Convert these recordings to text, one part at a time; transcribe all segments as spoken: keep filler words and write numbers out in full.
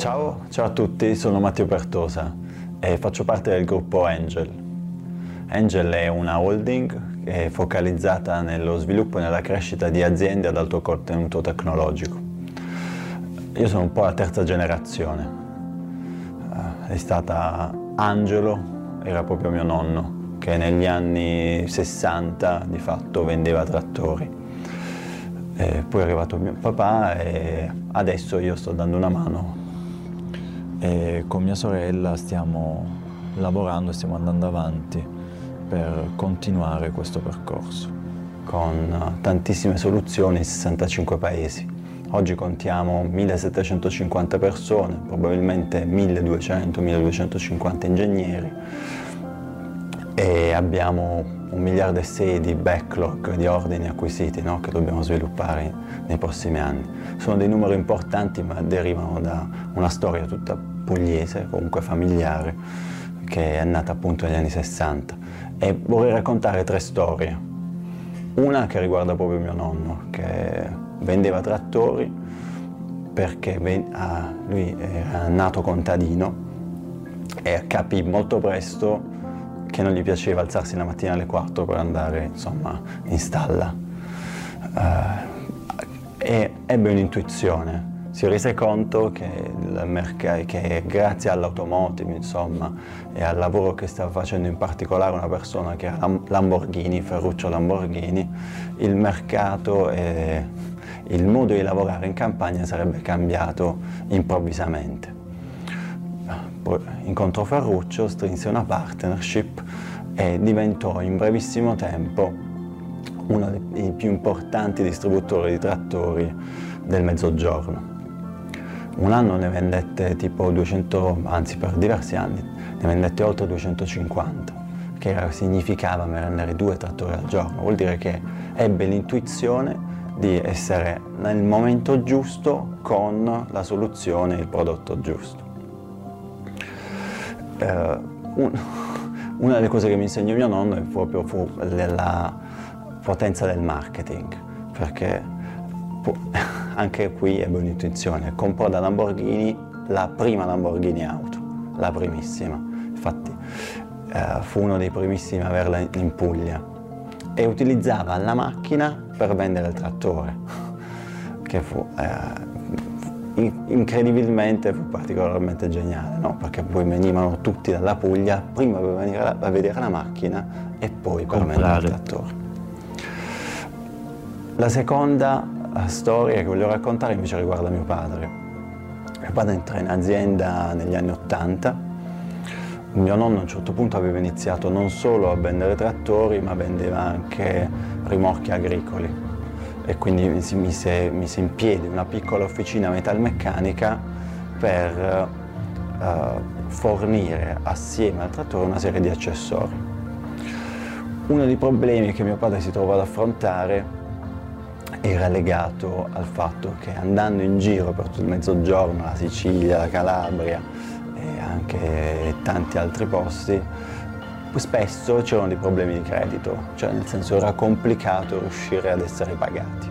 Ciao, ciao a tutti, sono Matteo Pertosa e faccio parte del gruppo Angel. Angel è una holding che è focalizzata nello sviluppo e nella crescita di aziende ad alto contenuto tecnologico. Io sono un po' la terza generazione. È stata Angelo, era proprio mio nonno, che negli anni sessanta di fatto vendeva trattori. E poi è arrivato mio papà e adesso io sto dando una mano. E con mia sorella stiamo lavorando, stiamo andando avanti per continuare questo percorso. Con tantissime soluzioni in sessantacinque paesi. Oggi contiamo millesettecentocinquanta persone, probabilmente milleduecento milleduecentocinquanta ingegneri e abbiamo un miliardo e sei di backlog, di ordini acquisiti, no? Che dobbiamo sviluppare nei prossimi anni. Sono dei numeri importanti ma derivano da una storia tutta pugliese, comunque familiare, che è nata appunto negli anni sessanta. E vorrei raccontare tre storie. Una che riguarda proprio mio nonno, che vendeva trattori perché lui era nato contadino e capì molto presto che non gli piaceva alzarsi la mattina alle quattro per andare, insomma, in stalla. Uh, e ebbe un'intuizione. Si rese conto che, il che grazie all'automotive, insomma, e al lavoro che stava facendo in particolare una persona che era Lamborghini, Ferruccio Lamborghini, il mercato e il modo di lavorare in campagna sarebbe cambiato improvvisamente. Poi incontrò Ferruccio, strinse una partnership e diventò in brevissimo tempo uno dei più importanti distributori di trattori del Mezzogiorno. Un anno ne vendette tipo duecento, anzi per diversi anni, ne vendette oltre duecentocinquanta, che era, significava vendere due trattori al giorno. Vuol dire che ebbe l'intuizione di essere nel momento giusto con la soluzione, il prodotto giusto. Uh, un, una delle cose che mi insegnò mio nonno è proprio fu la potenza del marketing, perché anche qui ebbe un'intuizione, comprò da Lamborghini la prima Lamborghini auto, la primissima, infatti uh, fu uno dei primissimi a averla in, in Puglia e utilizzava la macchina per vendere il trattore, che fu uh, incredibilmente fu particolarmente geniale, no? Perché poi venivano tutti dalla Puglia prima per venire a, a vedere la macchina e poi per vendere il trattore. La seconda storia che voglio raccontare invece riguarda mio padre. Mio padre entrò in azienda negli anni ottanta. Mio nonno a un certo punto aveva iniziato non solo a vendere trattori ma vendeva anche rimorchi agricoli. E quindi mi si mise, mise in piedi una piccola officina metalmeccanica per uh, fornire assieme al trattore una serie di accessori. Uno dei problemi che mio padre si trovò ad affrontare era legato al fatto che andando in giro per tutto il Mezzogiorno, la Sicilia, la Calabria e anche tanti altri posti, spesso c'erano dei problemi di credito, cioè nel senso era complicato riuscire ad essere pagati.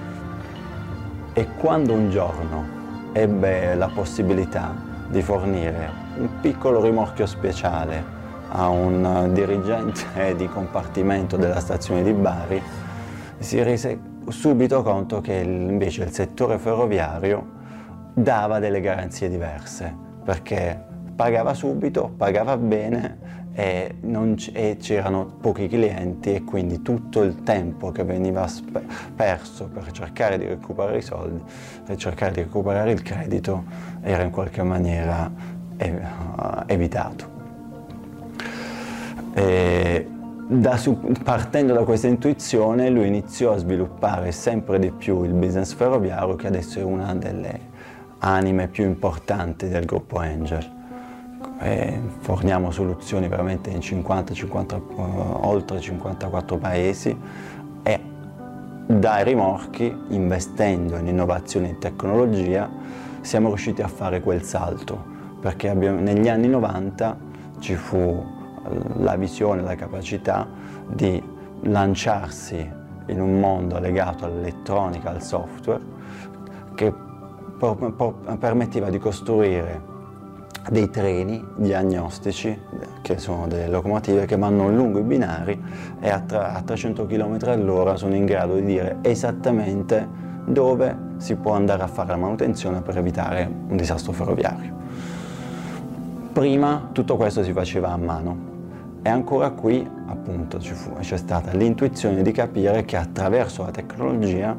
E quando un giorno ebbe la possibilità di fornire un piccolo rimorchio speciale a un dirigente di compartimento della stazione di Bari, si rese subito conto che invece il settore ferroviario dava delle garanzie diverse, perché pagava subito, pagava bene e, e c'erano pochi clienti e quindi tutto il tempo che veniva perso per cercare di recuperare i soldi, per cercare di recuperare il credito, era in qualche maniera ev evitato. E da, partendo da questa intuizione lui iniziò a sviluppare sempre di più il business ferroviario, che adesso è una delle anime più importanti del gruppo Angel. E forniamo soluzioni veramente in cinquanta, cinquanta, oltre cinquantaquattro paesi e dai rimorchi, investendo in innovazione e tecnologia, siamo riusciti a fare quel salto, perché abbiamo, negli anni novanta ci fu la visione, la capacità di lanciarsi in un mondo legato all'elettronica, al software, che permetteva di costruire dei treni diagnostici, che sono delle locomotive che vanno lungo i binari e a, a trecento chilometri all'ora sono in grado di dire esattamente dove si può andare a fare la manutenzione per evitare un disastro ferroviario. Prima tutto questo si faceva a mano e ancora qui appunto c'è stata l'intuizione di capire che attraverso la tecnologia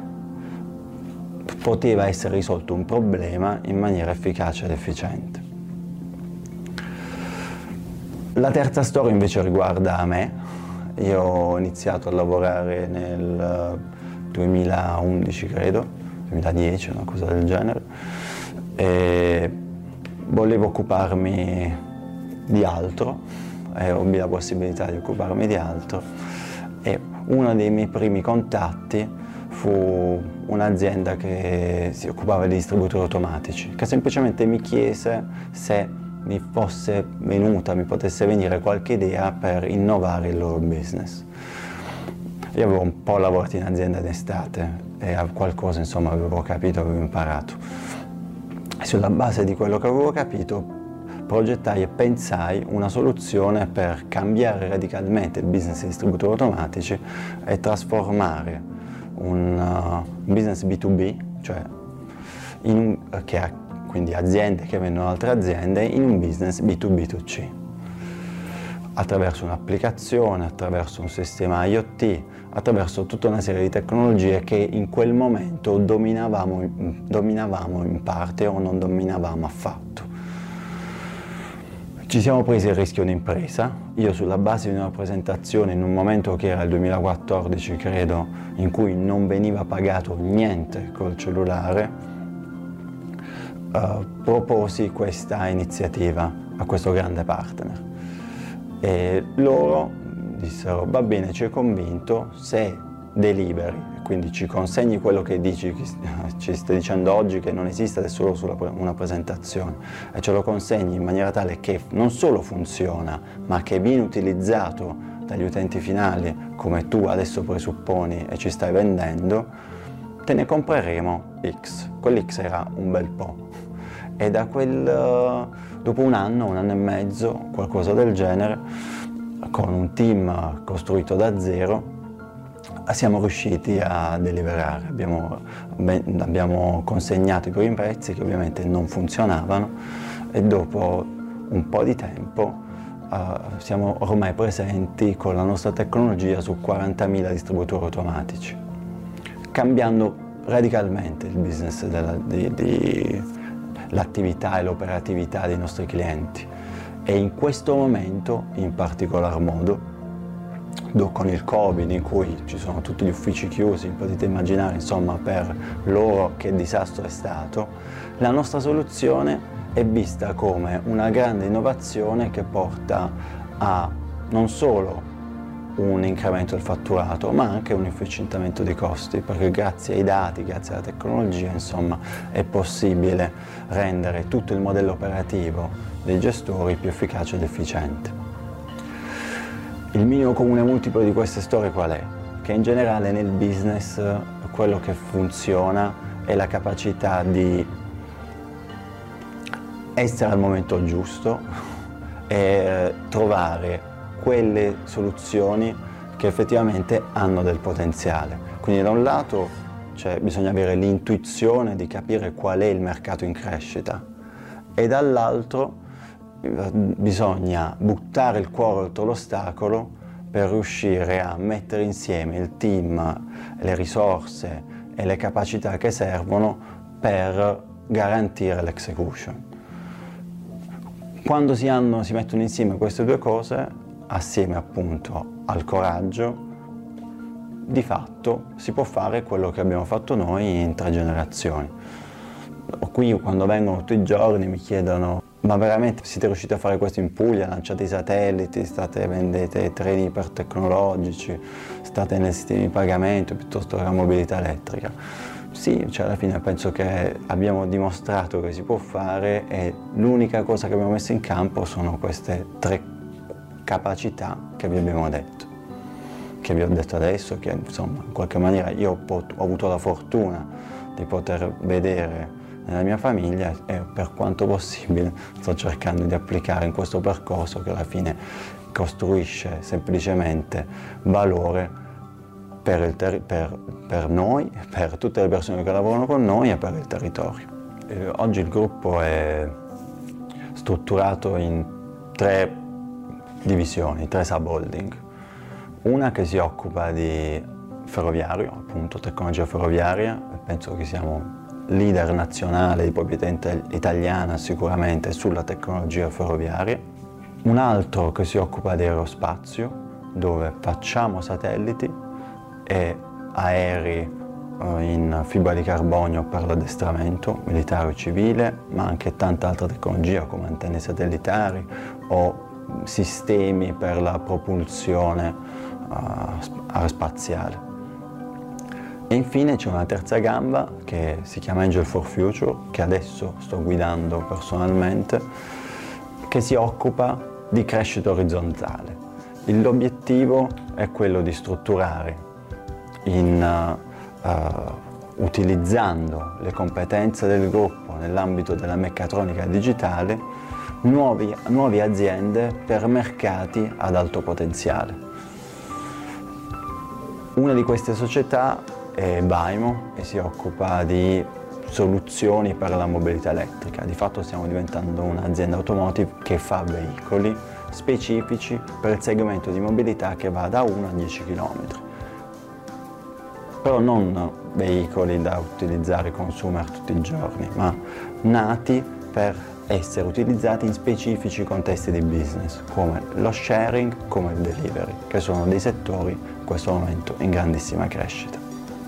poteva essere risolto un problema in maniera efficace ed efficiente. La terza storia invece riguarda me. Io ho iniziato a lavorare nel duemilaundici, credo, duemiladieci, una cosa del genere, e volevo occuparmi di altro, e ho la possibilità di occuparmi di altro, e uno dei miei primi contatti fu un'azienda che si occupava di distributori automatici, che semplicemente mi chiese se mi fosse venuta, mi potesse venire qualche idea per innovare il loro business. Io avevo un po' lavorato in azienda d'estate e qualcosa insomma avevo capito, avevo imparato. E sulla base di quello che avevo capito progettai e pensai una soluzione per cambiare radicalmente il business di distributori automatici e trasformare un uh, business B due B, cioè in un, che ha quindi aziende che vendono altre aziende, in un business B due B due C, attraverso un'applicazione, attraverso un sistema I O T, attraverso tutta una serie di tecnologie che in quel momento dominavamo, dominavamo in parte o non dominavamo affatto. Ci siamo presi il rischio d'impresa, io sulla base di una presentazione in un momento che era il duemilaquattordici, credo, in cui non veniva pagato niente col cellulare, Uh, proposi questa iniziativa a questo grande partner e loro dissero: va bene, ci hai convinto, se deliberi, quindi ci consegni quello che dici, ci stai dicendo oggi che non esiste, è solo sulla, una presentazione, e ce lo consegni in maniera tale che non solo funziona ma che viene utilizzato dagli utenti finali come tu adesso presupponi e ci stai vendendo, te ne compreremo X. Quell'X era un bel po'. E da quel, dopo un anno, un anno e mezzo, qualcosa del genere, con un team costruito da zero, siamo riusciti a deliberare. Abbiamo, abbiamo consegnato i primi pezzi che ovviamente non funzionavano e dopo un po' di tempo uh, siamo ormai presenti con la nostra tecnologia su quarantamila distributori automatici, cambiando radicalmente il business della, di, di l'attività e l'operatività dei nostri clienti. E in questo momento, in particolar modo, con il Covid, in cui ci sono tutti gli uffici chiusi, potete immaginare insomma per loro che disastro è stato, la nostra soluzione è vista come una grande innovazione che porta a non solo un incremento del fatturato, ma anche un efficientamento dei costi, perché grazie ai dati, grazie alla tecnologia, insomma, è possibile rendere tutto il modello operativo dei gestori più efficace ed efficiente. Il minimo comune multiplo di queste storie qual è? Che in generale nel business quello che funziona è la capacità di essere al momento giusto e trovare quelle soluzioni che effettivamente hanno del potenziale. Quindi da un lato cioè, bisogna avere l'intuizione di capire qual è il mercato in crescita e dall'altro bisogna buttare il cuore oltre l'ostacolo per riuscire a mettere insieme il team, le risorse e le capacità che servono per garantire l'execution. Quando si, hanno, si mettono insieme queste due cose, assieme appunto al coraggio, di fatto si può fare quello che abbiamo fatto noi in tre generazioni. Qui quando vengono tutti i giorni mi chiedono: ma veramente siete riusciti a fare questo in Puglia? Lanciate i satelliti, state, vendete treni ipertecnologici, state nel sistema di pagamento piuttosto che la mobilità elettrica. Sì, cioè alla fine penso che abbiamo dimostrato che si può fare e l'unica cosa che abbiamo messo in campo sono queste tre capacità che vi abbiamo detto, che vi ho detto adesso, che insomma in qualche maniera io ho, ho avuto la fortuna di poter vedere nella mia famiglia e per quanto possibile sto cercando di applicare in questo percorso che alla fine costruisce semplicemente valore per, il ter- per, per noi, per tutte le persone che lavorano con noi e per il territorio. E oggi il gruppo è strutturato in tre divisioni, tre sub-holding. Una che si occupa di ferroviario, appunto tecnologia ferroviaria, penso che siamo leader nazionale di proprietà italiana sicuramente sulla tecnologia ferroviaria. Un altro che si occupa di aerospazio, dove facciamo satelliti e aerei in fibra di carbonio per l'addestramento militare o civile, ma anche tanta altra tecnologia come antenne satellitari o sistemi per la propulsione uh, aerospaziale. E infine c'è una terza gamba che si chiama Angel for Future, che adesso sto guidando personalmente, che si occupa di crescita orizzontale. L'obiettivo è quello di strutturare, in, uh, uh, utilizzando le competenze del gruppo nell'ambito della meccatronica digitale, nuovi, nuove aziende per mercati ad alto potenziale. Una di queste società è Baimo e si occupa di soluzioni per la mobilità elettrica. Di fatto stiamo diventando un'azienda automotive che fa veicoli specifici per il segmento di mobilità che va da uno a dieci chilometri. Però non veicoli da utilizzare consumer tutti i giorni, ma nati per essere utilizzati in specifici contesti di business, come lo sharing, come il delivery, che sono dei settori in questo momento in grandissima crescita.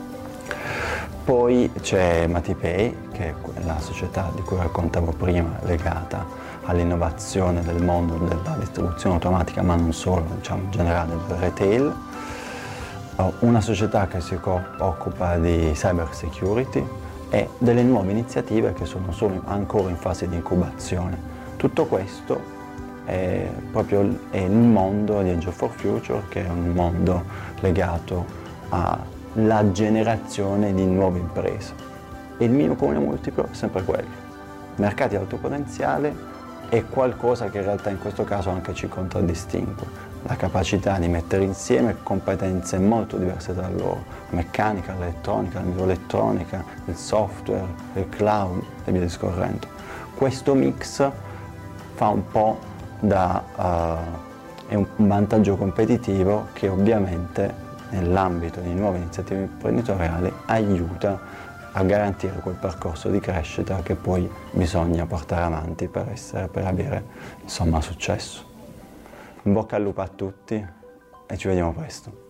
Poi c'è MatiPay, che è la società di cui raccontavo prima, legata all'innovazione del mondo della distribuzione automatica, ma non solo, diciamo in generale del retail. Una società che si occupa di cyber security e delle nuove iniziative che sono solo ancora in fase di incubazione. Tutto questo è proprio è il mondo di Angel for Future, che è un mondo legato a la generazione di nuove imprese. E il mio comune multiplo è sempre quello. Mercati ad alto potenziale è qualcosa che in realtà in questo caso anche ci contraddistingue. La capacità di mettere insieme competenze molto diverse tra loro, meccanica, l'elettronica, la microelettronica, il software, il cloud e via discorrendo. Questo mix fa un po' da uh, è un vantaggio competitivo che ovviamente nell'ambito di nuove iniziative imprenditoriali aiuta a garantire quel percorso di crescita che poi bisogna portare avanti per, essere, per avere insomma successo. In bocca al lupo a tutti e ci vediamo presto.